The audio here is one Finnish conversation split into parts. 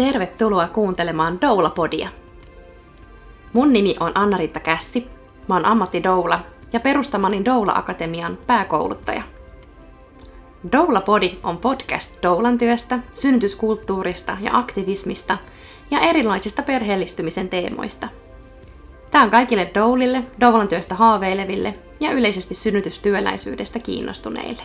Tervetuloa kuuntelemaan Doula-podia. Mun nimi on Anna-Riitta Kässi, mä oon ammattidoula ja perustamani Doula-akatemian pääkouluttaja. Doula-podi on podcast doulan työstä, synnytyskulttuurista ja aktivismista ja erilaisista perheellistymisen teemoista. Tää on kaikille doulille, doulan työstä haaveileville ja yleisesti synnytystyöläisyydestä kiinnostuneille.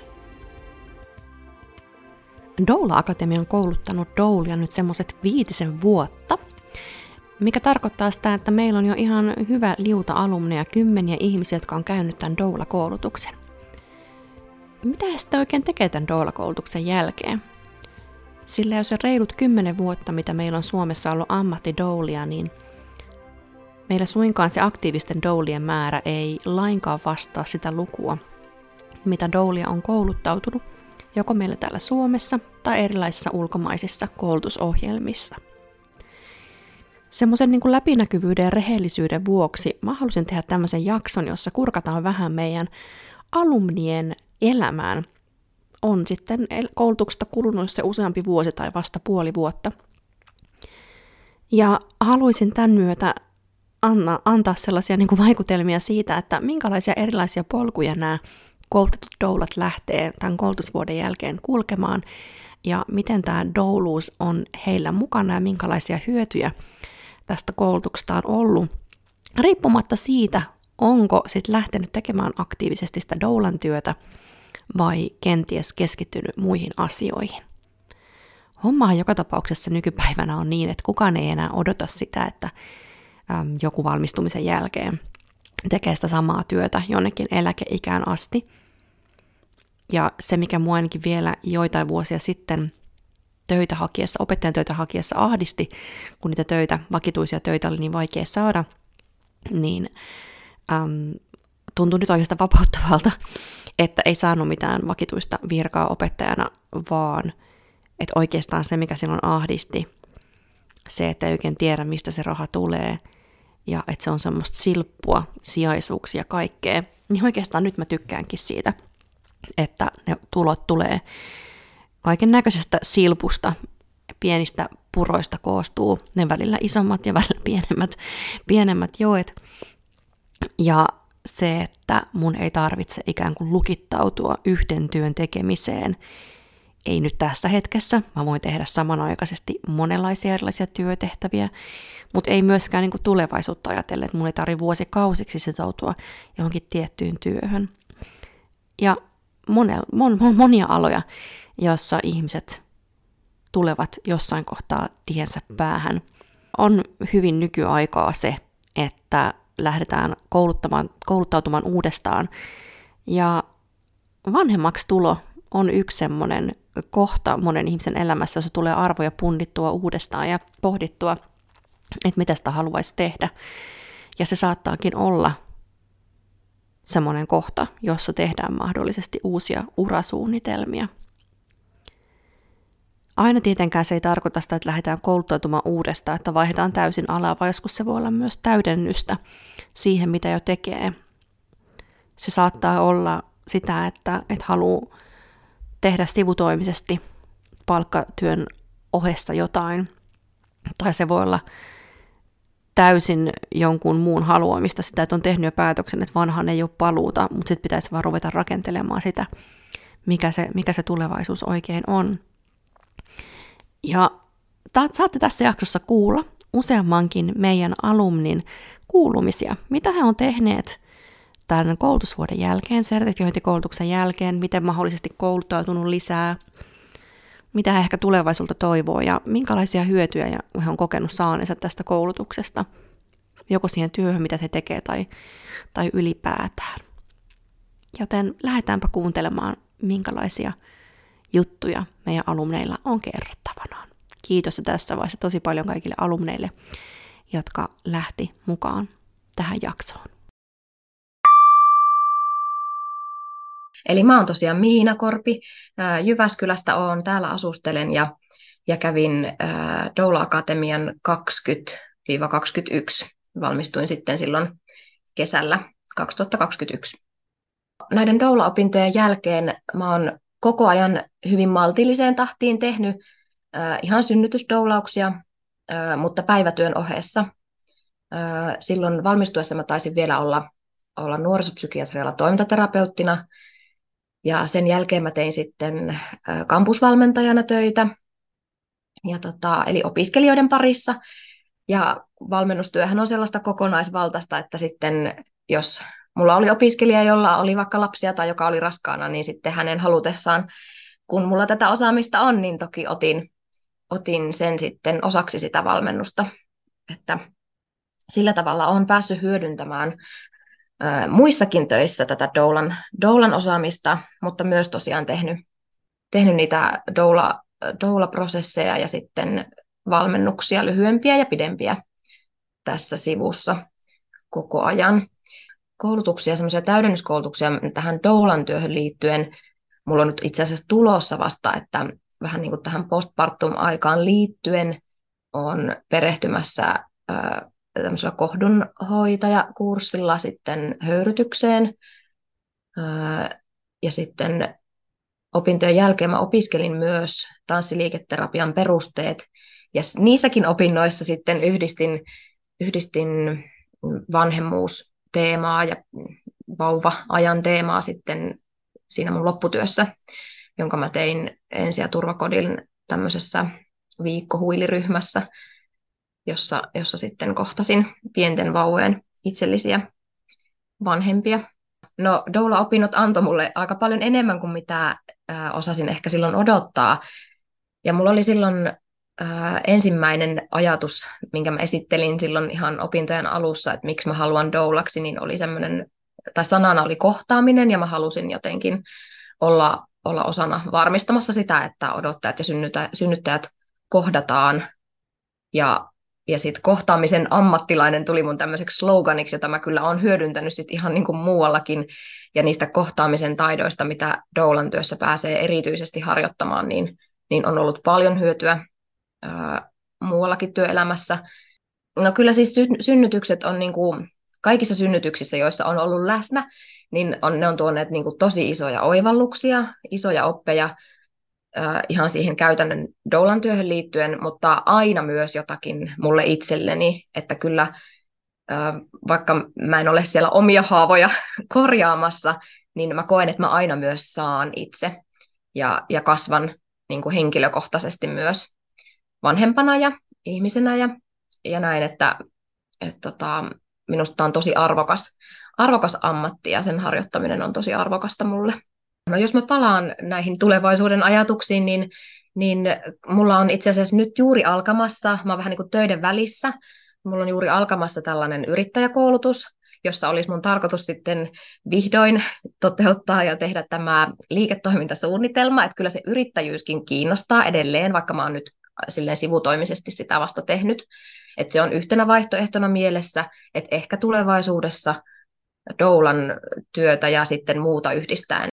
Doula-akatemia on kouluttanut doulia nyt semmoiset 5 vuotta, mikä tarkoittaa sitä, että meillä on jo ihan hyvä liuta alumneja, 10 ihmisiä, jotka on käynyt tämän doula-koulutuksen. Mitä he sitten oikein tekee tämän doula-koulutuksen jälkeen? Sillä jos se reilut 10 vuotta, mitä meillä on Suomessa ollut ammattidoulia, niin meillä suinkaan se aktiivisten doulien määrä ei lainkaan vastaa sitä lukua, mitä doulia on kouluttautunut, joko meillä täällä Suomessa tai erilaisissa ulkomaisissa koulutusohjelmissa. Semmoisen niin kuin läpinäkyvyyden ja rehellisyyden vuoksi mä halusin tehdä tämmöisen jakson, jossa kurkataan vähän meidän alumnien elämään. On sitten koulutuksesta kulunut se useampi vuosi tai vasta puoli vuotta. Ja haluaisin tämän myötä antaa sellaisia niin kuin vaikutelmia siitä, että minkälaisia erilaisia polkuja nämä koulutetut doulat lähtee tämän koulutusvuoden jälkeen kulkemaan ja miten tämä douluus on heillä mukana ja minkälaisia hyötyjä tästä koulutuksesta on ollut, riippumatta siitä, onko sitten lähtenyt tekemään aktiivisesti sitä doulan työtä vai kenties keskittynyt muihin asioihin. Hommahan joka tapauksessa nykypäivänä on niin, että kukaan ei enää odota sitä, että joku valmistumisen jälkeen tekee sitä samaa työtä jonnekin eläkeikään asti. Ja se, mikä mua ainakin vielä joitain vuosia sitten opettajan töitä hakiessa ahdisti, kun niitä töitä, vakituisia töitä oli niin vaikea saada, niin tuntui nyt oikeastaan vapauttavalta, että ei saanut mitään vakituista virkaa opettajana, vaan että oikeastaan se, mikä silloin ahdisti, se, että ei oikein tiedä, mistä se raha tulee, ja että se on semmoista silppua, sijaisuuksia ja kaikkea, niin oikeastaan nyt mä tykkäänkin siitä, että ne tulot tulee kaiken näköisestä silpusta, pienistä puroista koostuu, ne välillä isommat ja välillä pienemmät joet, ja se, että mun ei tarvitse ikään kuin lukittautua yhden työn tekemiseen, ei nyt tässä hetkessä, mä voin tehdä samanaikaisesti monenlaisia erilaisia työtehtäviä, mutta ei myöskään niin kuin tulevaisuutta ajatellen, että mun ei tarvitse vuosikausiksi sitoutua johonkin tiettyyn työhön. Ja monia aloja, joissa ihmiset tulevat jossain kohtaa tiensä päähän, on hyvin nykyaikaa se, että lähdetään kouluttautumaan uudestaan. Ja vanhemmaksi tulo on yksi semmoinen kohta monen ihmisen elämässä, jossa tulee arvoja punnittua uudestaan ja pohdittua, että mitä sitä haluaisi tehdä. Ja se saattaakin olla semmoinen kohta, jossa tehdään mahdollisesti uusia urasuunnitelmia. Aina tietenkään se ei tarkoita sitä, että lähdetään kouluttautumaan uudestaan, että vaihdetaan täysin alaa, vaan joskus se voi olla myös täydennystä siihen, mitä jo tekee. Se saattaa olla sitä, että haluaa tehdä sivutoimisesti palkkatyön ohessa jotain, tai se voi olla täysin jonkun muun haluamista sitä, että on tehnyt jo päätöksen, että vanhaan ei ole paluuta, mutta sitten pitäisi vaan ruveta rakentelemaan sitä, mikä se tulevaisuus oikein on. Ja saatte tässä jaksossa kuulla useammankin meidän alumnin kuulumisia, mitä he on tehneet tämän koulutusvuoden jälkeen, sertifiointikoulutuksen jälkeen, miten mahdollisesti kouluttautunut lisää, mitä he ehkä tulevaisuutta toivoo ja minkälaisia hyötyjä he on kokenut saaneensa tästä koulutuksesta, joko siihen työhön, mitä he tekevät tai ylipäätään. Joten lähdetäänpä kuuntelemaan, minkälaisia juttuja meidän alumneilla on kerrottavanaan. Kiitos tässä vaiheessa tosi paljon kaikille alumneille, jotka lähti mukaan tähän jaksoon. Eli mä oon tosiaan Miina Korpi, Jyväskylästä oon, täällä asustelen ja kävin Doula-akatemian 20-21. Valmistuin sitten silloin kesällä 2021. Näiden doula-opintojen jälkeen mä oon koko ajan hyvin maltilliseen tahtiin tehnyt ihan synnytysdoulauksia mutta päivätyön ohessa. Silloin valmistuessa mä taisin vielä olla nuorisopsykiatrialla toimintaterapeuttina, ja sen jälkeen mä tein sitten kampusvalmentajana töitä, eli opiskelijoiden parissa. Ja valmennustyöhän on sellaista kokonaisvaltaista, että sitten jos mulla oli opiskelija, jolla oli vaikka lapsia tai joka oli raskaana, niin sitten hänen halutessaan, kun mulla tätä osaamista on, niin toki otin sen sitten osaksi sitä valmennusta. Että sillä tavalla olen päässyt hyödyntämään muissakin töissä tätä doulan osaamista, mutta myös tosiaan tehnyt niitä doula-prosesseja ja sitten valmennuksia, lyhyempiä ja pidempiä tässä sivussa koko ajan. Koulutuksia, semmoisia täydennyskoulutuksia tähän doulan työhön liittyen. Mulla on nyt itse asiassa tulossa vasta, että vähän niin kuin tähän postpartum-aikaan liittyen on perehtymässä tämmöisellä kohdunhoitajakurssilla sitten höyrytykseen. Ja sitten opintojen jälkeen mä opiskelin myös tanssiliiketerapian perusteet. Ja niissäkin opinnoissa sitten yhdistin vanhemmuusteemaa ja vauva-ajan teemaa sitten siinä mun lopputyössä, jonka mä tein ensi- ja turvakodin tämmöisessä viikkohuiliryhmässä, jossa sitten kohtasin pienten vauvojen itsellisiä vanhempia. No, doula-opinnot antoi mulle aika paljon enemmän kuin mitä osasin ehkä silloin odottaa. Ja mulla oli silloin ensimmäinen ajatus, minkä mä esittelin silloin ihan opintojen alussa, että miksi mä haluan doulaksi, niin oli semmoinen, tai sanana oli kohtaaminen, ja mä halusin jotenkin olla osana varmistamassa sitä, että odottajat ja synnyttäjät kohdataan. Ja sitten kohtaamisen ammattilainen tuli mun tämmöiseksi sloganiksi, jota mä kyllä olen hyödyntänyt sit ihan niin kuin muuallakin. Ja niistä kohtaamisen taidoista, mitä doulan työssä pääsee erityisesti harjoittamaan, niin on ollut paljon hyötyä muuallakin työelämässä. No kyllä siis synnytykset on niin kuin kaikissa synnytyksissä, joissa on ollut läsnä, niin ne on tuoneet niin kuin tosi isoja oivalluksia, isoja oppeja ihan siihen käytännön doulan työhön liittyen, mutta aina myös jotakin mulle itselleni, että kyllä vaikka mä en ole siellä omia haavoja korjaamassa, niin mä koen, että mä aina myös saan itse ja kasvan niin kuin henkilökohtaisesti myös vanhempana ja ihmisenä ja näin, että minusta tämä on tosi arvokas ammatti ja sen harjoittaminen on tosi arvokasta mulle. No jos mä palaan näihin tulevaisuuden ajatuksiin, niin mulla on itse asiassa nyt juuri alkamassa, mä oon vähän niin kuin töiden välissä, mulla on juuri alkamassa tällainen yrittäjäkoulutus, jossa olisi mun tarkoitus sitten vihdoin toteuttaa ja tehdä tämä liiketoimintasuunnitelma, että kyllä se yrittäjyyskin kiinnostaa edelleen, vaikka mä oon nyt silleen sivutoimisesti sitä vasta tehnyt, että se on yhtenä vaihtoehtona mielessä, että ehkä tulevaisuudessa doulan työtä ja sitten muuta yhdistäen.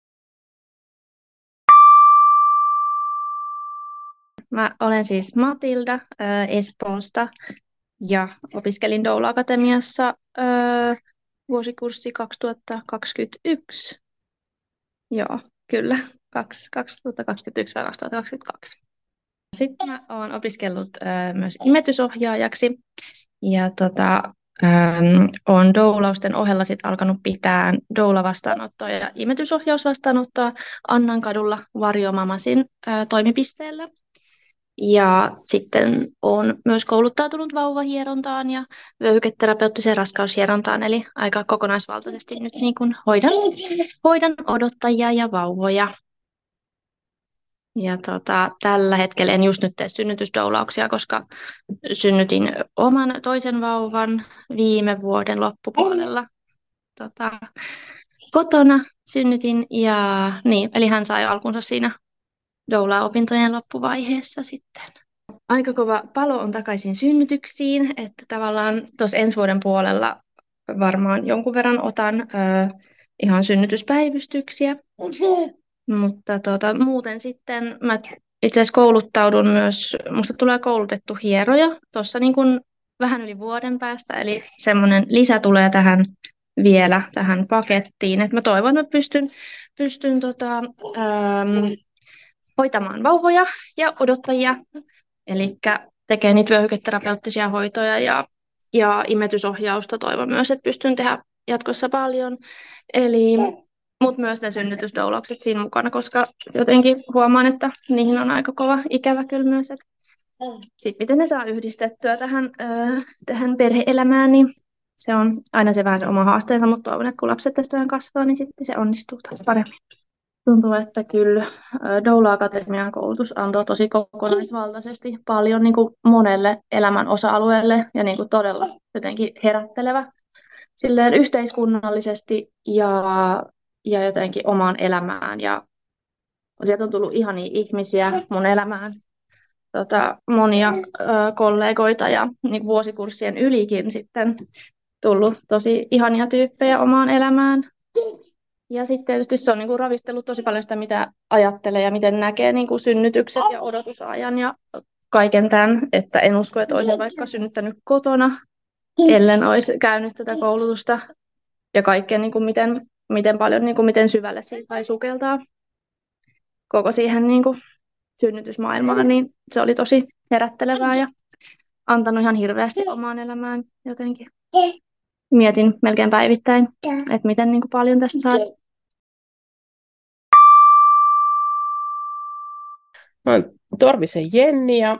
Mä olen siis Matilda Espoosta ja opiskelin Doula-akatemiassa vuosikurssi 2021. Joo, kyllä, 2021 vai 2022. Sitten mä oon opiskellut myös imetysohjaajaksi ja olen doulausten ohella sit alkanut pitää doula-vastaanottoa ja imetysohjausvastaanottoa Annankadulla Varjomamasin toimipisteellä. Ja sitten olen myös kouluttautunut vauvahierontaan ja vyöhyketerapeuttiseen raskaushierontaan, eli aika kokonaisvaltaisesti nyt niin kuin hoidan odottajia ja vauvoja. Ja tällä hetkellä en just nyt tee synnytysdoulauksia, koska synnytin oman toisen vauvan viime vuoden loppupuolella kotona synnytin. Ja niin, eli hän sai alkunsa siinä doula-opintojen loppuvaiheessa sitten. Aika kova palo on takaisin synnytyksiin, että tavallaan tuossa ensi vuoden puolella varmaan jonkun verran otan ihan synnytyspäivystyksiä. Mutta muuten sitten mä itse asiassa kouluttaudun myös, musta tulee koulutettu hieroja tuossa niin kuin vähän yli vuoden päästä, eli semmoinen lisä tulee tähän vielä tähän pakettiin, että mä toivon, että mä pystyn hoitamaan vauvoja ja odottajia, eli tekemään niitä vyöhyketerapeuttisia hoitoja ja imetysohjausta toivon myös, että pystyn tehdä jatkossa paljon. Eli, mutta myös ne synnytysdoulaukset siinä mukana, koska jotenkin huomaan, että niihin on aika kova ikävä kyllä myös. Sitten miten ne saa yhdistettyä tähän perhe-elämään, niin se on aina se vähän se oma haasteensa, mutta toivon, että kun lapset tästä vähän kasvaa, niin sitten se onnistuu taas paremmin. Tuntuu, että kyllä Doula Akatemian koulutus antoi tosi kokonaisvaltaisesti paljon niin kuin monelle elämän osa-alueelle ja niin kuin todella jotenkin herättelevä silleen yhteiskunnallisesti ja jotenkin omaan elämään. Ja sieltä on tullut ihania ihmisiä mun elämään, monia kollegoita ja niin vuosikurssien ylikin sitten tullut tosi ihania tyyppejä omaan elämään. Ja sitten tietysti se on niin kuin ravistellut tosi paljon sitä, mitä ajattelee ja miten näkee niin kuin synnytykset ja odotusajan ja kaiken tämän, että en usko, että olisin vaikka synnyttänyt kotona, ellen olisi käynyt tätä koulutusta ja kaikkea, niin kuin miten paljon, niin kuin miten syvälle siitä sai sukeltaa koko siihen niin kuin synnytysmaailmaan, niin se oli tosi herättelevää ja antanut ihan hirveästi omaan elämään jotenkin. Mietin melkein päivittäin, että miten niin kuin paljon tästä saa. Mä oon Torvisen Jenni ja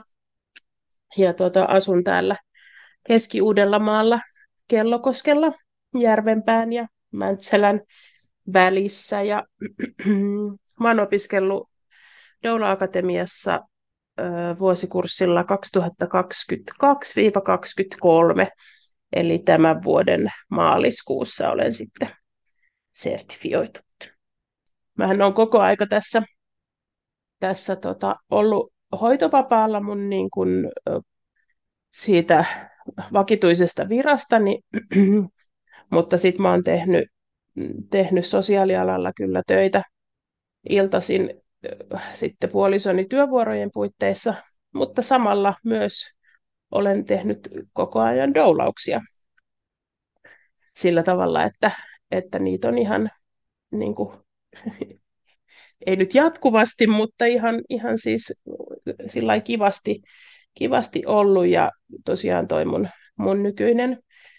asun täällä Keski-Uudellamaalla Kellokoskella, Järvenpään ja Mäntsälän välissä. Ja mä oon opiskellut Doula Akatemiassa vuosikurssilla 2022-2023, eli tämän vuoden maaliskuussa olen sitten sertifioitunut. Mähän olen koko aika tässä ollut hoitovapaalla mun niin kun, siitä vakituisesta virastani, mutta sitten mä oon tehnyt sosiaalialalla kyllä töitä iltaisin sitten puolisoni työvuorojen puitteissa, mutta samalla myös olen tehnyt koko ajan doulauksia sillä tavalla, että niitä on ihan niin kuin, ei nyt jatkuvasti, mutta ihan siis sillä kivasti ollut, ja tosiaan toi mun nykyinen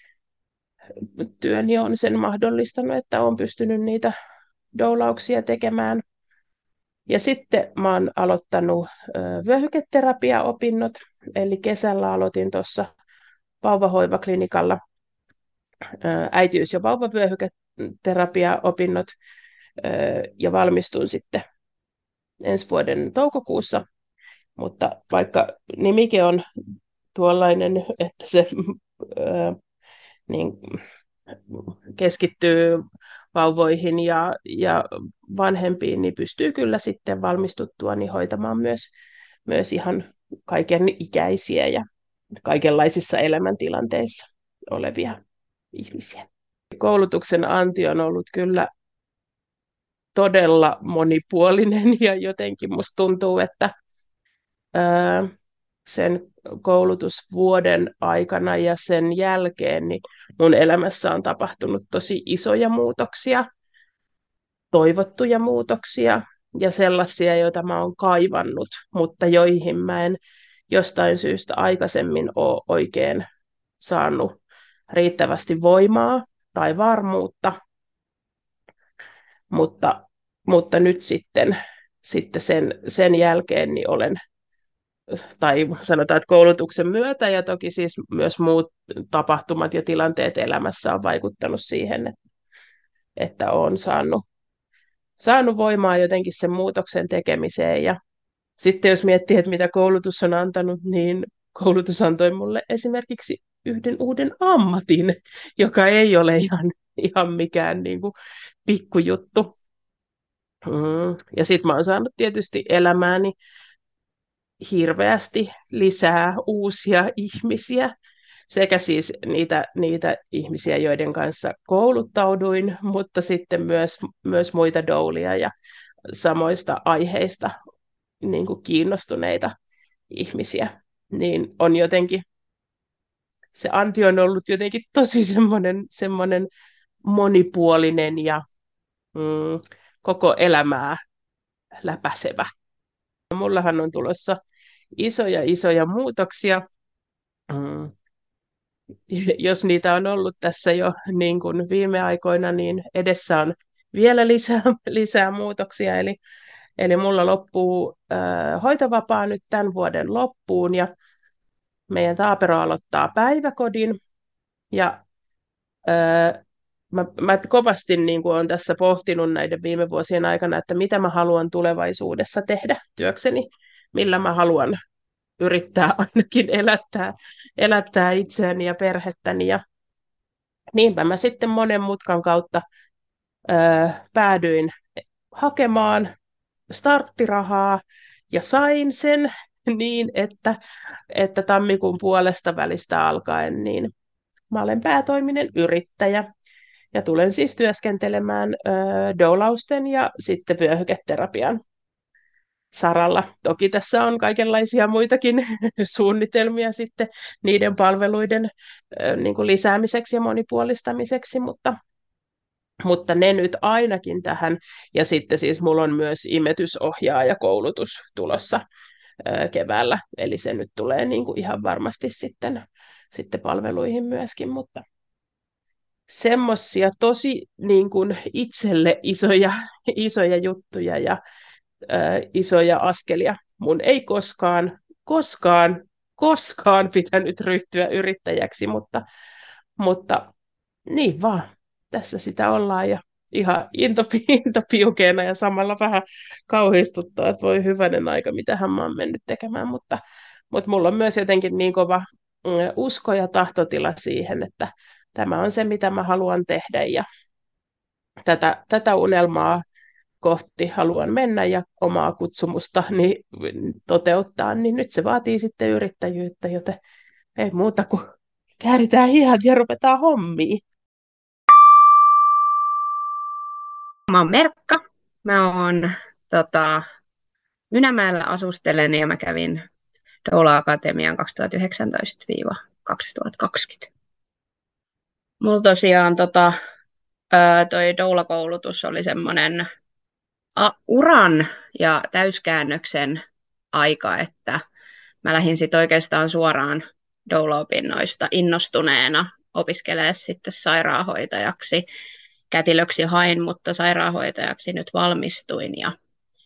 työni on sen mahdollistanut, että olen pystynyt niitä doulauksia tekemään. Ja sitten mä oon aloittanut vyöhyketerapiaopinnot, eli kesällä aloitin tuossa vauvahoivaklinikalla äitiys- ja vauvavyöhyketerapiaopinnot ja valmistun sitten ensi vuoden toukokuussa, mutta vaikka nimike on tuollainen, että se niin keskittyy vauvoihin ja vanhempiin, niin pystyy kyllä sitten valmistuttua niin hoitamaan myös ihan kaiken ikäisiä ja kaikenlaisissa elämäntilanteissa olevia ihmisiä. Koulutuksen anti on ollut kyllä todella monipuolinen ja jotenkin musta tuntuu, että sen koulutusvuoden aikana ja sen jälkeen niin mun elämässä on tapahtunut tosi isoja muutoksia, toivottuja muutoksia ja sellaisia, joita mä oon kaivannut, mutta joihin mä en jostain syystä aikaisemmin ole oikein saanut riittävästi voimaa tai varmuutta, mutta nyt sitten sen jälkeen niin olen, tai sanotaan, että koulutuksen myötä ja toki siis myös muut tapahtumat ja tilanteet elämässä on vaikuttanut siihen, että olen saanut voimaa jotenkin sen muutoksen tekemiseen. Ja sitten jos miettii, että mitä koulutus on antanut, niin koulutus antoi mulle esimerkiksi yhden uuden ammatin, joka ei ole ihan mikään niin kuin pikkujuttu. Ja sitten mä oon saanut tietysti elämääni hirveästi lisää uusia ihmisiä, sekä siis niitä ihmisiä, joiden kanssa kouluttauduin, mutta sitten myös muita doulia ja samoista aiheista niin kuin kiinnostuneita ihmisiä. Niin on jotenkin, se anti on ollut jotenkin tosi semmoinen monipuolinen ja koko elämää läpäisevä. Mullahan on tulossa isoja muutoksia. Mm. Jos niitä on ollut tässä jo niin kuin viime aikoina, niin edessä on vielä lisää muutoksia. Eli mulla loppuu hoitovapaa nyt tämän vuoden loppuun ja meidän Taapero aloittaa päiväkodin. Ja mä kovasti niin kuin olen tässä pohtinut näiden viime vuosien aikana, että mitä mä haluan tulevaisuudessa tehdä työkseni, millä mä haluan yrittää ainakin elättää itseäni ja perhettäni. Ja niinpä mä sitten monen mutkan kautta päädyin hakemaan starttirahaa ja sain sen niin, että tammikuun puolesta välistä alkaen niin mä olen päätoiminen yrittäjä ja tulen siis työskentelemään doulausten ja sitten vyöhyketerapian saralla. Toki tässä on kaikenlaisia muitakin suunnitelmia sitten niiden palveluiden niin kuin lisäämiseksi ja monipuolistamiseksi, mutta ne nyt ainakin tähän. Ja sitten siis mulla on myös imetysohjaajakoulutus tulossa keväällä, eli se nyt tulee niin kuin ihan varmasti sitten palveluihin myöskin, mutta semmoisia tosi niin kuin itselle isoja juttuja ja isoja askelia. Mun ei koskaan pitänyt ryhtyä yrittäjäksi, mutta niin vaan, tässä sitä ollaan ja ihan intopiukeena ja samalla vähän kauhistuttaa, että voi hyvänen aika, mitähän mä oon mennyt tekemään, mutta mulla on myös jotenkin niin kova usko ja tahtotila siihen, että tämä on se, mitä mä haluan tehdä ja tätä unelmaa kohti haluan mennä ja omaa kutsumusta niin toteuttaa, niin nyt se vaatii sitten yrittäjyyttä, joten ei muuta kuin kääritään hihat ja ruvetaan hommiin. Mä oon Merkka. Mä oon Mynämäellä asustelen ja mä kävin Doula-akatemian 2019-2020. Mulla tosiaan toi doula-koulutus oli semmoinen uran ja täyskäännöksen aika, että mä lähdin sitten oikeastaan suoraan doula-opinnoista innostuneena opiskelemaan sitten sairaanhoitajaksi. Kätilöksi hain, mutta sairaanhoitajaksi nyt valmistuin ja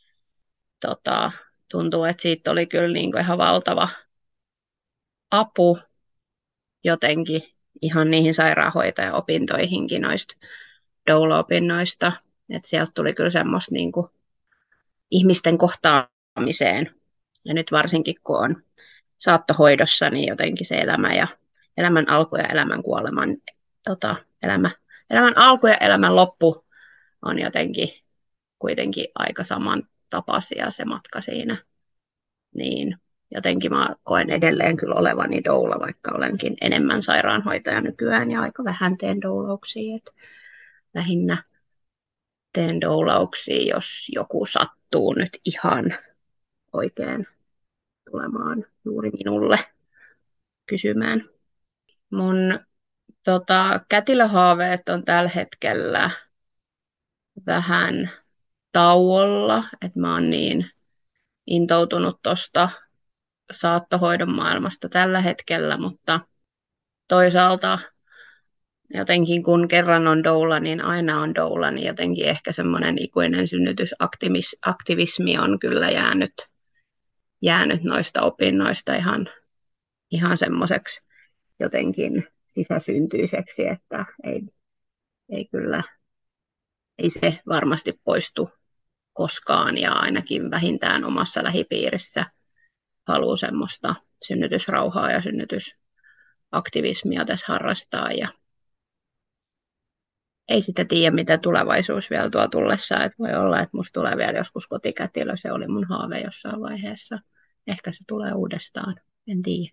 tuntuu, että siitä oli kyllä niin kuin ihan valtava apu jotenkin ihan niihin sairaanhoitajaopintoihinkin noista doula-opinnoista. Että sieltä tuli kyllä semmoista niin kuin ihmisten kohtaamiseen. Ja nyt varsinkin kun on saattohoidossa, niin jotenkin se elämä ja elämän alku ja elämän kuoleman, elämän alku ja elämän loppu on jotenkin kuitenkin aika samantapaisia se matka siinä. Niin jotenkin mä koen edelleen kyllä olevani doula, vaikka olenkin enemmän sairaanhoitaja nykyään ja aika vähän teen doulauksia. Et lähinnä teen doulauksia, jos joku sattuu nyt ihan oikein tulemaan juuri minulle kysymään. Mun kätilöhaaveet on tällä hetkellä vähän tauolla, että mä oon niin intoutunut tuosta saattohoidon maailmasta tällä hetkellä, mutta toisaalta jotenkin kun kerran on doula, niin aina on doula, niin jotenkin ehkä semmoinen ikuinen synnytysaktivismi on kyllä jäänyt noista opinnoista ihan semmoiseksi jotenkin sisäsyntyiseksi, että ei se varmasti poistu koskaan ja ainakin vähintään omassa lähipiirissä haluaa semmoista synnytysrauhaa ja synnytysaktivismia tässä harrastaa ja ei sitä tiedä, mitä tulevaisuus vielä tuo tullessaan, että voi olla, että musta tulee vielä joskus kotikätilö, se oli mun haave jossain vaiheessa. Ehkä se tulee uudestaan, en tiedä.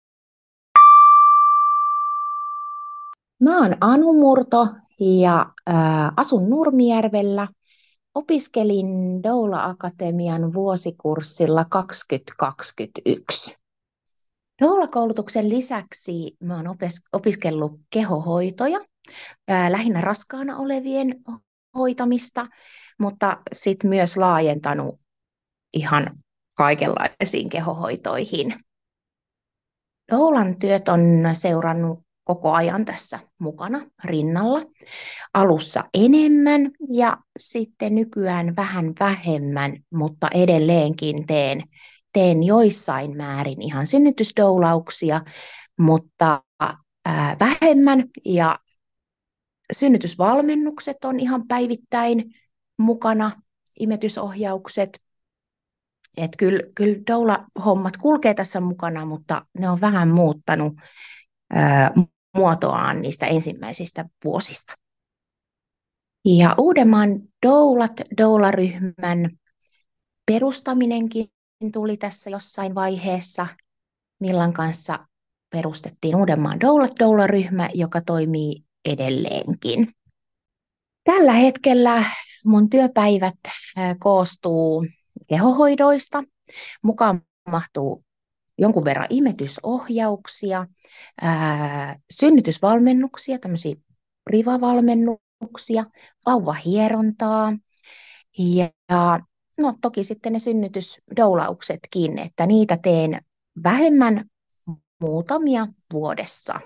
Mä oon Anu Murto ja asun Nurmijärvellä. Opiskelin Doula-akatemian vuosikurssilla 2021. Doula-koulutuksen lisäksi mä oon opiskellut kehohoitoja, lähinnä raskaana olevien hoitamista, mutta sitten myös laajentanut ihan kaikenlaisiin kehohoitoihin. Doulan työt on seurannut koko ajan tässä mukana rinnalla. Alussa enemmän ja sitten nykyään vähän vähemmän, mutta edelleenkin teen joissain määrin ihan synnytysdoulauksia, mutta vähemmän, ja synnytysvalmennukset on ihan päivittäin mukana, imetysohjaukset. Että kyllä doula-hommat kulkee tässä mukana, mutta ne on vähän muuttanut muotoaan niistä ensimmäisistä vuosista. Ja Uudenmaan doula-ryhmän perustaminenkin tuli tässä jossain vaiheessa. Millan kanssa perustettiin Uudenmaan doula-ryhmä, joka toimii edelleenkin. Tällä hetkellä mun työpäivät koostuu kehohoidoista. Mukaan mahtuu jonkun verran imetysohjauksia, synnytysvalmennuksia, tämmöisiä privavalmennuksia, vauvahierontaa ja no, toki sitten ne synnytysdoulauksetkin, että niitä teen vähemmän, muutamia vuodessa.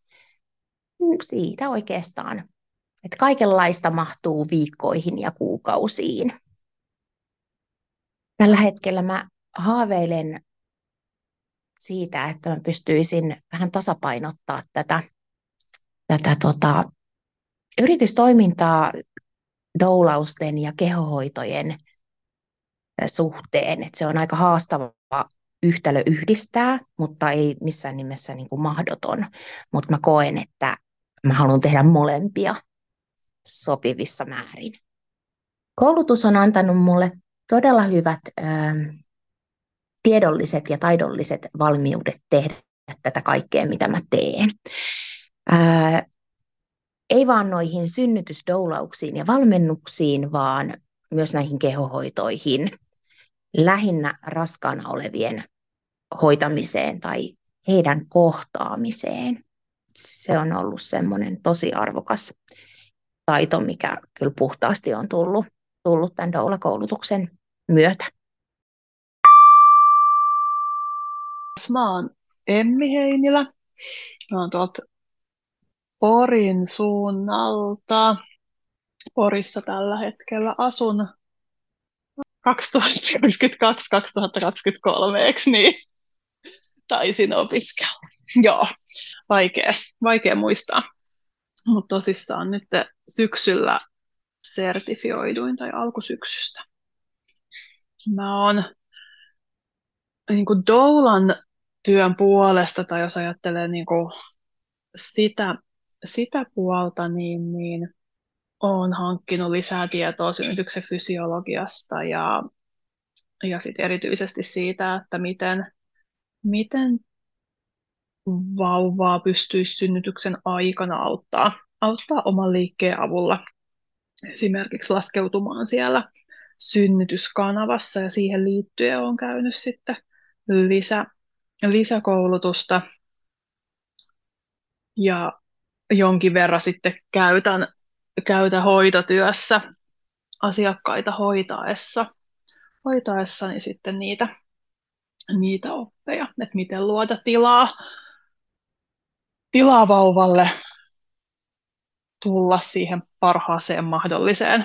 Siitä oikeastaan, että kaikenlaista mahtuu viikkoihin ja kuukausiin. Tällä hetkellä mä haaveilen siitä, että mä pystyisin vähän tasapainottaa tätä yritystoimintaa doulausten ja kehohoitojen suhteen. Että se on aika haastava yhtälö yhdistää, mutta ei missään nimessä niin kuin mahdoton. Mutta mä koen, että mä haluan tehdä molempia sopivissa määrin. Koulutus on antanut mulle todella hyvät tiedolliset ja taidolliset valmiudet tehdä tätä kaikkea, mitä mä teen. Ei vaan noihin synnytysdoulauksiin ja valmennuksiin, vaan myös näihin kehohoitoihin, lähinnä raskaana olevien hoitamiseen tai heidän kohtaamiseen. Se on ollut semmoinen tosi arvokas taito, mikä kyllä puhtaasti on tullut tämän doula-koulutuksen myötä. Mä oon Emmi Heinilä. Mä oon tuolta Porin suunnalta. Porissa tällä hetkellä asun 2022-2023, eikö niin? Taisin opiskella. Joo, vaikea muistaa. Mutta tosissaan nyt syksyllä sertifioiduin tai alkusyksystä. Mä oon niin kuin doulan työn puolesta, tai jos ajattelee niin kuin sitä puolta, niin olen hankkinut lisää tietoa synnytyksen fysiologiasta ja sit erityisesti siitä, että miten vauvaa pystyisi synnytyksen aikana auttaa oman liikkeen avulla esimerkiksi laskeutumaan siellä synnytyskanavassa, ja siihen liittyen olen käynyt sitten lisäkoulutusta ja jonkin verran sitten käytän hoitotyössä asiakkaita hoitaessani sitten niitä oppeja, että miten luoda tilaa vauvalle tulla siihen parhaaseen mahdolliseen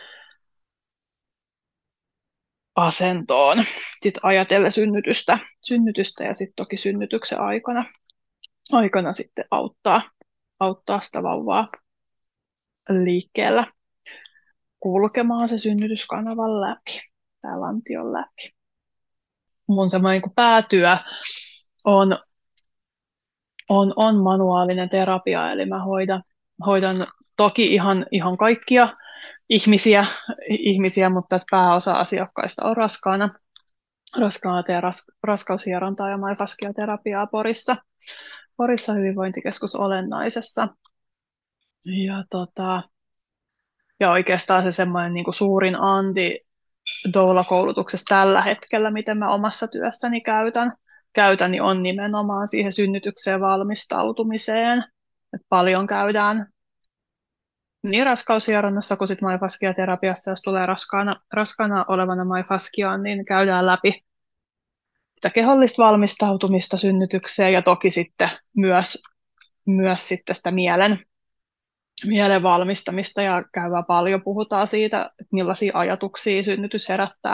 asentoon. Sitten ajatellen synnytystä ja sitten toki synnytyksen aikana sitten auttaa sitä vauvaa liikkeellä kulkemaan se synnytyskanavan läpi, tai lantion läpi. Mun semmoinen päätyö on manuaalinen terapia, eli mä hoidan toki ihan kaikkia ihmisiä, mutta pääosa asiakkaista on raskaana teen raskaushierontaa ja myofasciaterapiaa Porissa hyvinvointikeskus Olennaisessa. Ja oikeastaan se semmoinen niin kuin suurin anti doula-koulutuksessa tällä hetkellä, miten mä omassa työssäni käytän, niin on nimenomaan siihen synnytykseen valmistautumiseen. Et paljon käydään niin raskaushieronnassa kuin sitten myofasciaterapiassa, jos tulee raskaana olevana myofasciaan, niin käydään sitä kehollista valmistautumista synnytykseen ja toki sitten myös sitten sitä mielen valmistamista ja käydään paljon, puhutaan siitä, että millaisia ajatuksia synnytys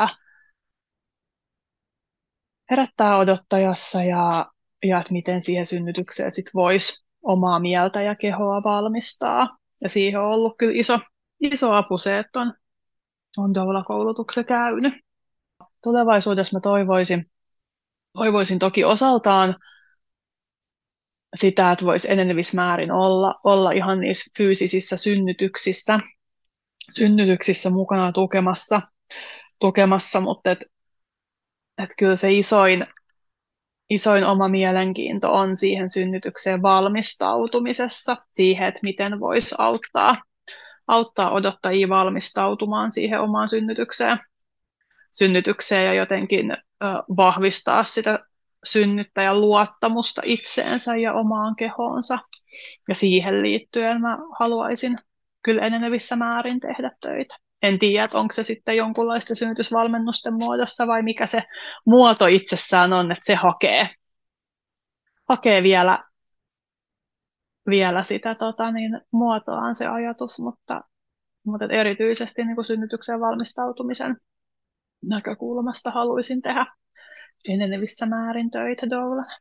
herättää odottajassa ja että miten siihen synnytykseen sit voisi omaa mieltä ja kehoa valmistaa. Ja siihen on ollut kyllä iso apu se, että on doula-koulutuksen käynyt. Tulevaisuudessa mä toivoisin toki osaltaan sitä, että voisi enenevissä määrin olla ihan niissä fyysisissä synnytyksissä mukana tukemassa, mutta et kyllä se isoin oma mielenkiinto on siihen synnytykseen valmistautumisessa, siihen, että miten voisi auttaa odottajia valmistautumaan siihen omaan synnytykseen ja jotenkin vahvistaa sitä synnyttäjän luottamusta itseensä ja omaan kehoonsa. Ja siihen liittyen mä haluaisin kyllä enenevissä määrin tehdä töitä. En tiedä, että onko se sitten jonkunlaista synnytysvalmennusten muodossa vai mikä se muoto itsessään on, että se hakee vielä sitä muotoaan se ajatus, mutta erityisesti niin kuin synnytykseen valmistautumisen näkökulmasta haluaisin tehdä enenevissä määrin töitä doulana.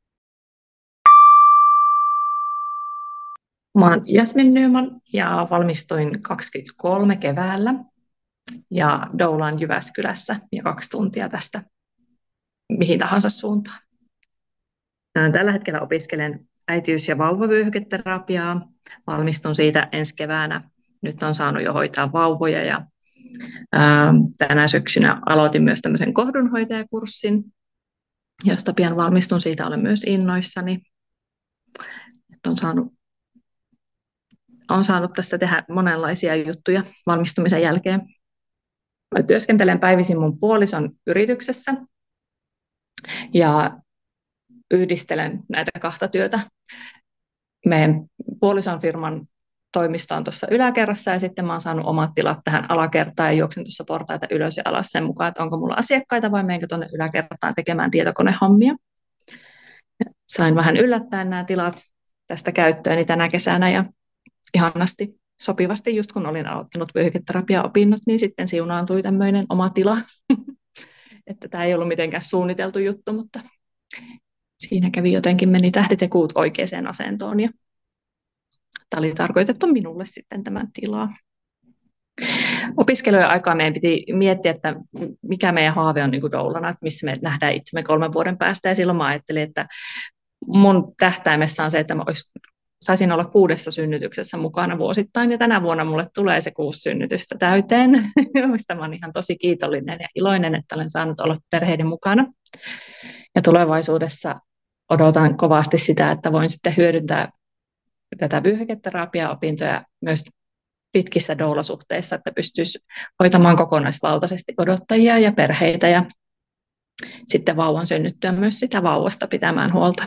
Mä oon Jasmin Nyman ja valmistuin 23 keväällä ja doulaan Jyväskylässä ja 2 tuntia tästä mihin tahansa suuntaan. Tällä hetkellä opiskelen äitiys- ja vauvavyöhyketerapiaa. Valmistun siitä ensi keväänä. Nyt on saanut jo hoitaa vauvoja ja tänä syksynä aloitin myös tämmöisen kohdunhoitajakurssin, josta pian valmistun. Siitä olen myös innoissani. On saanut tässä tehdä monenlaisia juttuja valmistumisen jälkeen. Mä työskentelen päivisin mun puolison yrityksessä ja yhdistelen näitä 2 työtä. Meidän puolison firman toimisto on tuossa yläkerrassa ja sitten mä oon saanut omat tilat tähän alakertaan ja juoksen tuossa portaita ylös ja alas sen mukaan, että onko mulla asiakkaita vai menenkö tuonne yläkertaan tekemään tietokonehommia. Sain vähän yllättäen nämä tilat tästä käyttööni tänä kesänä ja ihanasti, sopivasti just kun olin aloittanut vyöhyketerapia-opinnot, niin sitten siunaantui tämmöinen oma tila. Että tämä ei ollut mitenkään suunniteltu juttu, mutta siinä meni tähdet ja kuut oikeaan asentoon ja tämä oli tarkoitettu minulle sitten tämän tilaa. Opiskelujen aikaa meidän piti miettiä, että mikä meidän haave on niin kuin doulana, että missä me nähdään itsemme 3 vuoden päästä ja silloin mä ajattelin, että mun tähtäimessä on se, että mä saisin olla 6 synnytyksessä mukana vuosittain ja tänä vuonna mulle tulee se 6 synnytystä täyteen, mistä mä olen ihan tosi kiitollinen ja iloinen, että olen saanut olla perheiden mukana. Ja tulevaisuudessa odotan kovasti sitä, että voin sitten hyödyntää tätä vyöhyketerapia-opintoja myös pitkissä doulasuhteissa, että pystyisi hoitamaan kokonaisvaltaisesti odottajia ja perheitä ja sitten vauvan synnyttyä myös sitä vauvasta pitämään huolta.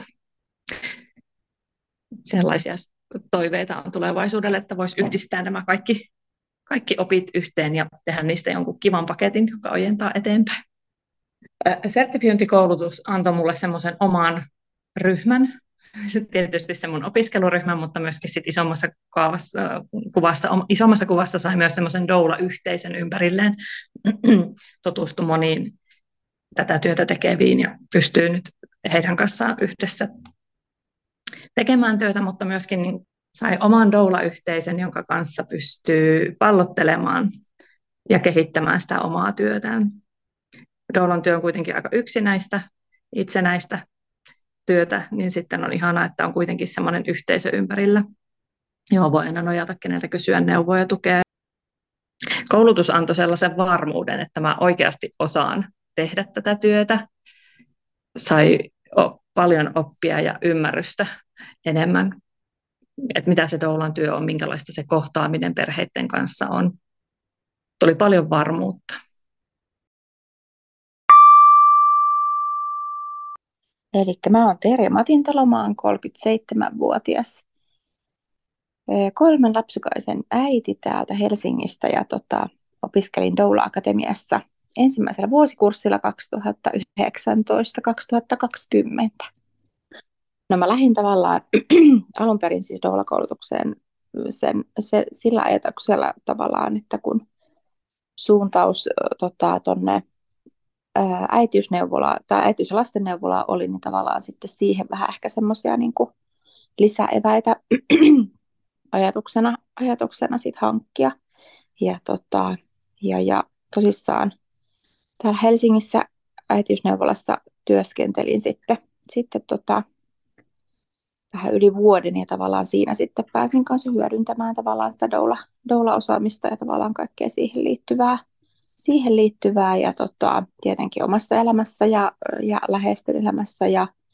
Sellaisia toiveita on tulevaisuudelle, että voisi yhdistää nämä kaikki opit yhteen ja tehdä niistä jonkun kivan paketin, joka ojentaa eteenpäin. Sertifiointikoulutus antoi mulle semmoisen oman ryhmän, tietysti se mun opiskeluryhmä, mutta myöskin sit isommassa kuvassa sai myös semmoisen doula-yhteisön ympärilleen tutustu moniin tätä työtä tekeviin ja pystyy nyt heidän kanssaan yhdessä tekemään työtä, mutta myöskin sai oman doula-yhteisön, jonka kanssa pystyy pallottelemaan ja kehittämään sitä omaa työtään. Doulan työ on kuitenkin aika yksinäistä, itsenäistä työtä, niin sitten on ihanaa, että on kuitenkin semmoinen yhteisö ympärillä, johon voi aina nojata, keneltä kysyä neuvoja ja tukea. Koulutus antoi sellaisen varmuuden, että mä oikeasti osaan tehdä tätä työtä. Sai paljon oppia ja ymmärrystä enemmän, että mitä se doulan työ on, minkälaista se kohtaaminen perheiden kanssa on. Tuli paljon varmuutta. Eli mä oon Terja Matintalo, mä oon 37-vuotias 3 lapsukaisen äiti täältä Helsingistä ja opiskelin Doula Akatemiassa ensimmäisellä vuosikurssilla 2019-2020. No mä lähdin tavallaan alun perin siis doula-koulutukseen sillä ajatuksella tavallaan, että kun suuntaus tonne äitiysneuvolaa tai äitiys- ja lastenneuvolaa oli, niin tavallaan sitten siihen vähän ehkä semmoisia niin kuin lisäeväitä ajatuksena sit hankkia. Ja tosissaan täällä Helsingissä äitiysneuvolassa työskentelin sitten vähän yli vuoden ja tavallaan siinä sitten pääsin kanssa hyödyntämään tavallaan sitä doula-osaamista ja tavallaan kaikkea siihen liittyvää ja tietenkin omassa elämässä ja läheisten elämässä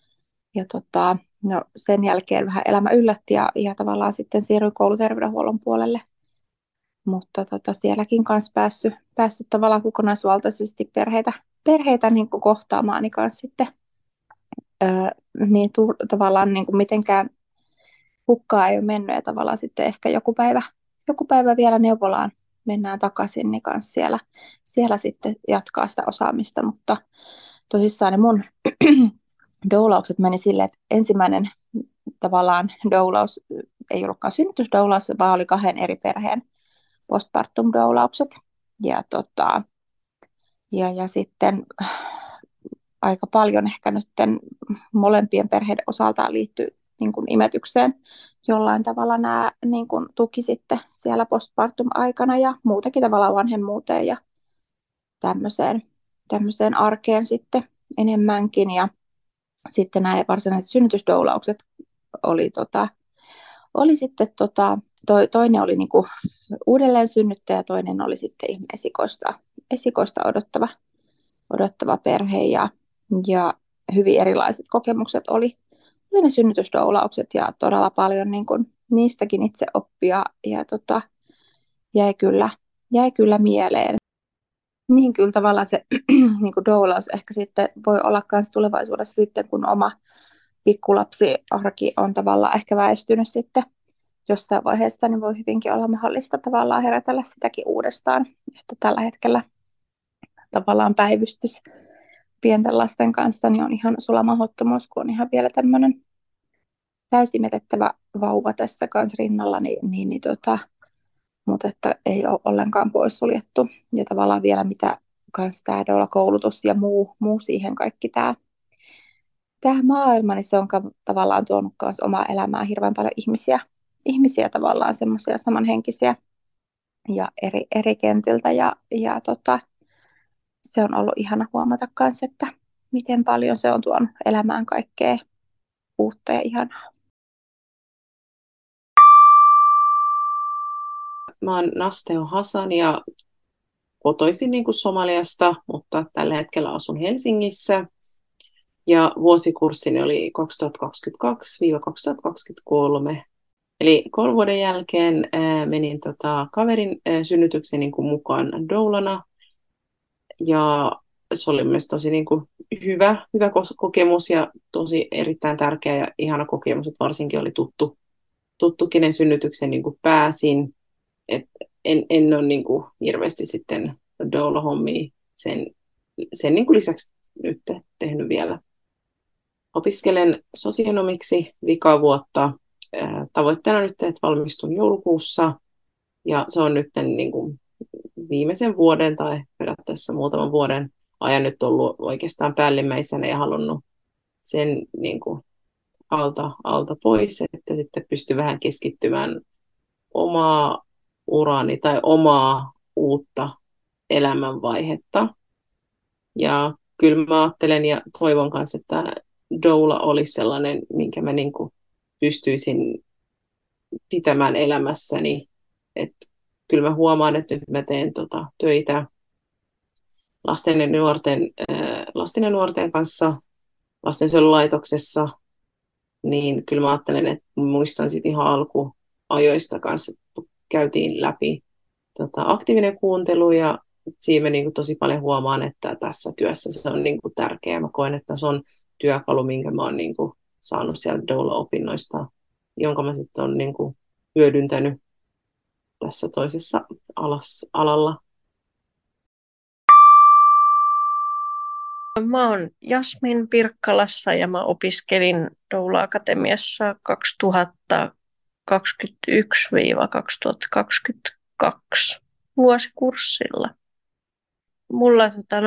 no sen jälkeen vähän elämä yllätti ja tavallaan sitten siirryin kouluterveydenhuollon puolelle. Mutta sielläkin kanssa päässyt tavallaan kokonaisvaltaisesti perheitä niin kuin kohtaamaan, niin kanssa sitten niin tavallaan niin kuin mitenkään hukkaa ei ole mennyt ja tavallaan sitten ehkä joku päivä vielä neuvolaan mennään takaisin, niin kanssa siellä sitten jatkaa sitä osaamista, mutta tosissaan ne mun doulaukset meni silleen, että ensimmäinen tavallaan doulaus ei ollutkaan synnytysdoulaus, vaan oli 2 eri perheen postpartum-doulaukset. Ja sitten aika paljon ehkä nyt molempien perheiden osaltaan liittyy niin kuin imetykseen. Jollain tavalla nämä niin kuin tuki sitten siellä postpartum-aikana ja muutenkin tavallaan vanhemmuuteen ja tämmöiseen arkeen sitten enemmänkin. Ja sitten nämä varsinaiset synnytysdoulaukset oli sitten toinen oli niin kuin uudelleen synnyttäjä, toinen oli sitten esikoista odottava perhe ja hyvin erilaiset kokemukset oli ne synnytysdoulaukset ja todella paljon niin kuin niistäkin itse oppia ja jäi kyllä mieleen. Niin kyllä tavallaan se niin kuin doulaus ehkä sitten voi olla myös tulevaisuudessa sitten, kun oma pikkulapsi-arki on tavallaan ehkä väistynyt sitten jossain vaiheessa, niin voi hyvinkin olla mahdollista tavallaan herätellä sitäkin uudestaan. Että tällä hetkellä tavallaan päivystys pienten lasten kanssa niin on ihan sulamahottomuus, kun on ihan vielä tämmöinen täysimetettävä vauva tässä kanssa rinnalla, mutta että ei ole ollenkaan poissuljettu. Ja tavallaan vielä mitä kanssa tämä doula-koulutus ja muu siihen kaikki tämä maailma, niin se on tavallaan tuonut myös omaa elämää hirveän paljon ihmisiä tavallaan semmoisia samanhenkisiä ja eri kentiltä se on ollut ihana huomata myös, että miten paljon se on tuonut elämään kaikkea uutta ja ihanaa. Mä oon Nasteo Hasan ja kotoisin niin kuin Somaliasta, mutta tällä hetkellä asun Helsingissä. Ja vuosikurssini oli 2022-2023. Eli 3 vuoden jälkeen menin kaverin synnytyksen niin kuin mukaan doulana. Ja se oli mielestäni tosi niin kuin hyvä kokemus ja tosi erittäin tärkeä ja ihana kokemus, että varsinkin oli tuttu kenen synnytykseen niin kuin pääsin. Et en ole niin kuin hirveästi sitten doula-hommia sen niin kuin lisäksi nyt tehnyt vielä. Opiskelen sosionomiksi vikavuotta. Tavoitteena nyt, että valmistun joulukuussa. Ja se on nyt niin kuin viimeisen vuoden tai periaatteessa muutaman vuoden ajan nyt ollut oikeastaan päällimmäisenä ja halunnut sen niin kuin alta pois, että sitten pystyn vähän keskittymään omaa uraani tai omaa uutta elämänvaihetta. Ja kyllä mä ajattelen ja toivon kanssa, että doula olisi sellainen, minkä mä niin kuin pystyisin pitämään elämässäni. Että kyllä mä huomaan, että nyt mä teen töitä lasten ja nuorten kanssa lastensuojelulaitoksessa, niin kyllä mä ajattelen, että muistan sitten ihan alkuajoista kanssa, että käytiin läpi aktiivinen kuuntelu ja siinä niin kuin tosi paljon huomaan, että tässä työssä se on niin kuin tärkeää. Mä koen, että se on työkalu, minkä mä oon niin kuin saanut sieltä doula-opinnoista, jonka mä sitten olen niin kuin hyödyntänyt tässä toisessa alalla. Mä oon Jasmin Pirkkalassa ja mä opiskelin Doula-akatemiassa 2021-2022 vuosikurssilla. Mulla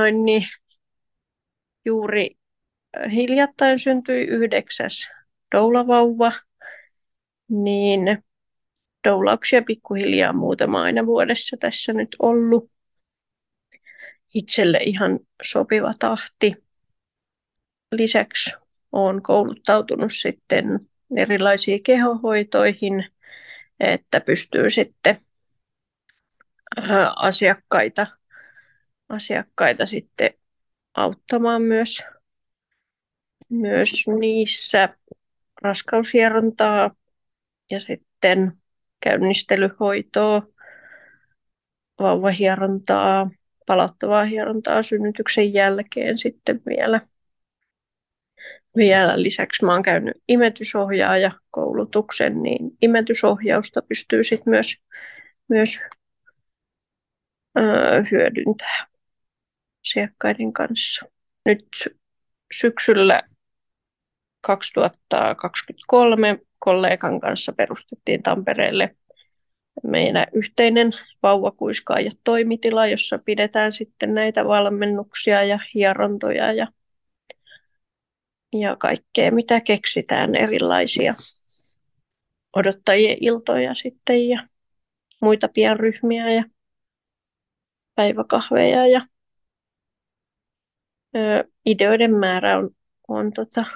juuri hiljattain syntyi 9. doulavauva, niin doulauksia pikkuhiljaa muutama aina vuodessa tässä nyt ollut. Itselle ihan sopiva tahti. Lisäksi olen kouluttautunut sitten erilaisiin kehohoitoihin, että pystyy sitten asiakkaita sitten auttamaan myös niissä raskaushierontaa ja sitten käynnistelyhoitoa, vauvahierontaa, palauttavaa hierontaa synnytyksen jälkeen sitten vielä lisäksi mä oon käynyt imetysohjaajakoulutuksen, niin imetysohjausta pystyy sitten myös hyödyntämään asiakkaiden kanssa. Nyt syksyllä 2023 kollegan kanssa perustettiin Tampereelle meidän yhteinen vauvakuiskaaja-toimitila, jossa pidetään sitten näitä valmennuksia ja hierontoja ja kaikkea, mitä keksitään, erilaisia odottajien iltoja sitten ja muita pienryhmiä ja päiväkahveja ja ideoiden määrä on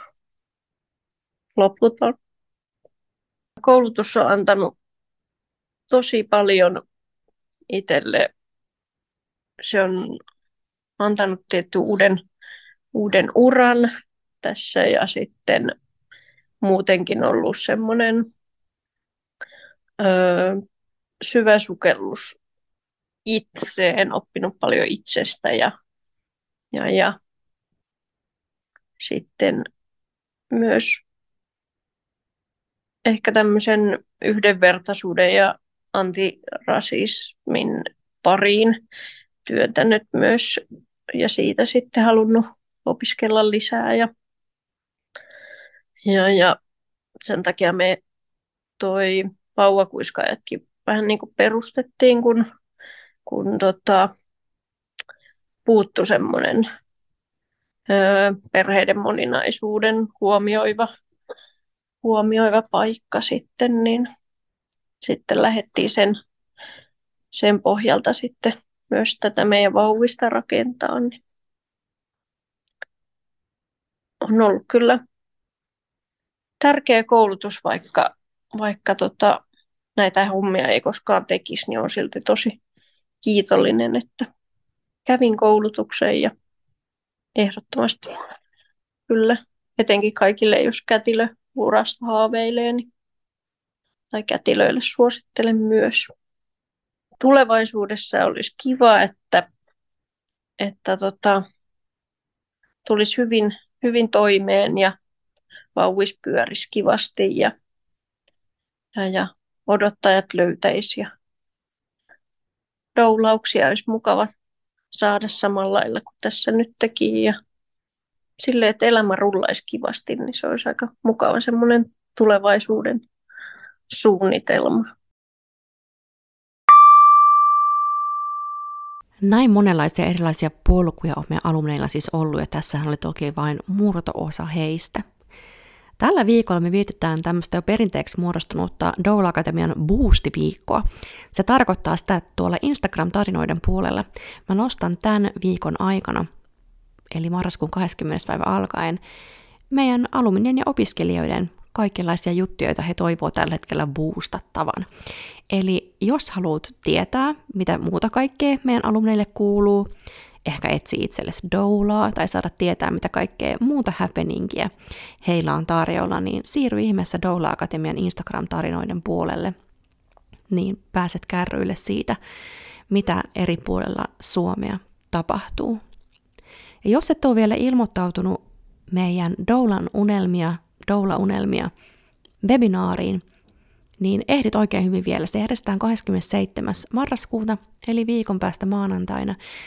loputon. Koulutus on antanut tosi paljon itselle. Se on antanut tietty uuden uran tässä ja sitten muutenkin ollut semmoinen syvä sukellus itseen, oppinut paljon itsestä ja sitten myös ehkä tämmöisen yhdenvertaisuuden ja antirasismin pariin työntänyt myös ja siitä sitten halunnut opiskella lisää ja sen takia me toi vauvakuiskaajatkin vähän niin kuin perustettiin, kun puuttui semmoinen perheiden moninaisuuden huomioiva paikka sitten, niin sitten lähdettiin sen pohjalta sitten myös tätä meidän vauvista rakentaa. Niin on ollut kyllä tärkeä koulutus, vaikka näitä hommia ei koskaan tekisi, niin on silti tosi kiitollinen, että kävin koulutuksen ja ehdottomasti kyllä, etenkin kaikille, jos kätilöurasta haaveilee, tai kätilöille suosittelen myös. Tulevaisuudessa olisi kiva, että tulisi hyvin toimeen ja vauvis pyörisi kivasti ja odottajat löytäisi ja doulauksia olisi mukava saada samalla lailla kuin tässä nyt teki ja silleen, että elämä rullaisi kivasti, niin se olisi aika mukava semmoinen tulevaisuuden suunnitelma. Näin monenlaisia erilaisia polkuja on meidän alumneilla siis ollut, ja tässähän oli toki vain murto-osa heistä. Tällä viikolla me vietetään tämmöistä jo perinteeksi muodostunutta Doula-akatemian Boosti-viikkoa. Se tarkoittaa sitä, että tuolla Instagram-tarinoiden puolella mä nostan tämän viikon aikana, eli marraskuun 20. päivä alkaen, meidän alumnien ja opiskelijoiden kaikenlaisia juttuja, joita he toivoo tällä hetkellä boostattavan. Eli jos haluat tietää, mitä muuta kaikkea meidän alumneille kuuluu, ehkä etsi itsellesi doulaa tai saada tietää, mitä kaikkea muuta happeningia heillä on tarjolla, niin siirry ihmeessä Doula-akatemian Instagram-tarinoiden puolelle, niin pääset kärryille siitä, mitä eri puolella Suomea tapahtuu. Ja jos et ole vielä ilmoittautunut meidän Doula-unelmia webinaariin, niin ehdit oikein hyvin vielä. Se järjestetään 27. marraskuuta, eli viikon päästä maanantaina.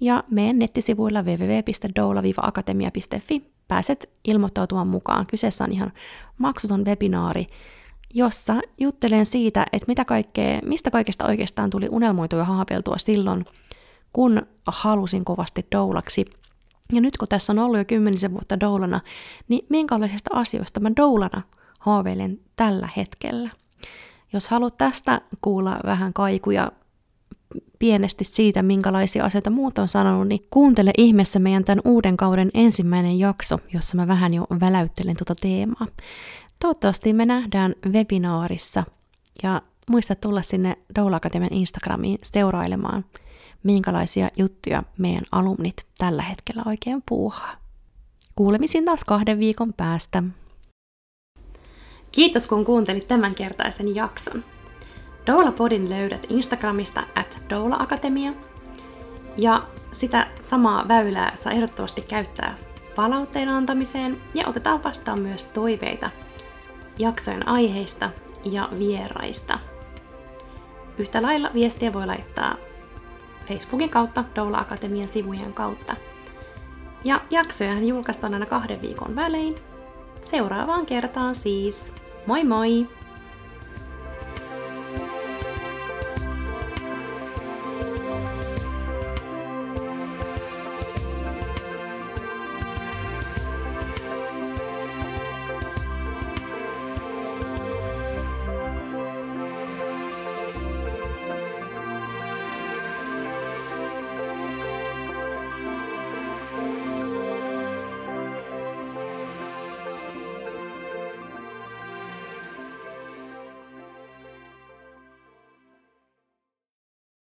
Ja meidän nettisivuilla www.doula-akatemia.fi pääset ilmoittautumaan mukaan. Kyseessä on ihan maksuton webinaari, jossa juttelen siitä, että mistä kaikesta oikeastaan tuli unelmoitua ja haaveiltua silloin, kun halusin kovasti doulaksi. Ja nyt kun tässä on ollut jo 10 vuotta doulana, niin minkälaisista asioista mä doulana haaveilen tällä hetkellä. Jos haluat tästä kuulla vähän kaikuja pienesti siitä, minkälaisia asioita muut on sanonut, niin kuuntele ihmeessä meidän tämän uuden kauden ensimmäinen jakso, jossa mä vähän jo väläyttelen tuota teemaa. Toivottavasti me nähdään webinaarissa ja muista tulla sinne Doula Akatemian Instagramiin seurailemaan, minkälaisia juttuja meidän alumnit tällä hetkellä oikein puuhaa. Kuulemisiin taas 2 viikon päästä. Kiitos kun kuuntelit tämänkertaisen jakson. Doula-podin löydät Instagramista @doula-akatemia ja sitä samaa väylää saa ehdottomasti käyttää palautteen antamiseen ja otetaan vastaan myös toiveita jaksojen aiheista ja vieraista. Yhtä lailla viestiä voi laittaa Facebookin kautta, Doula Akatemian sivujen kautta. Ja jaksojahan julkaistaan aina 2 viikon välein. Seuraavaan kertaan siis. Moi moi!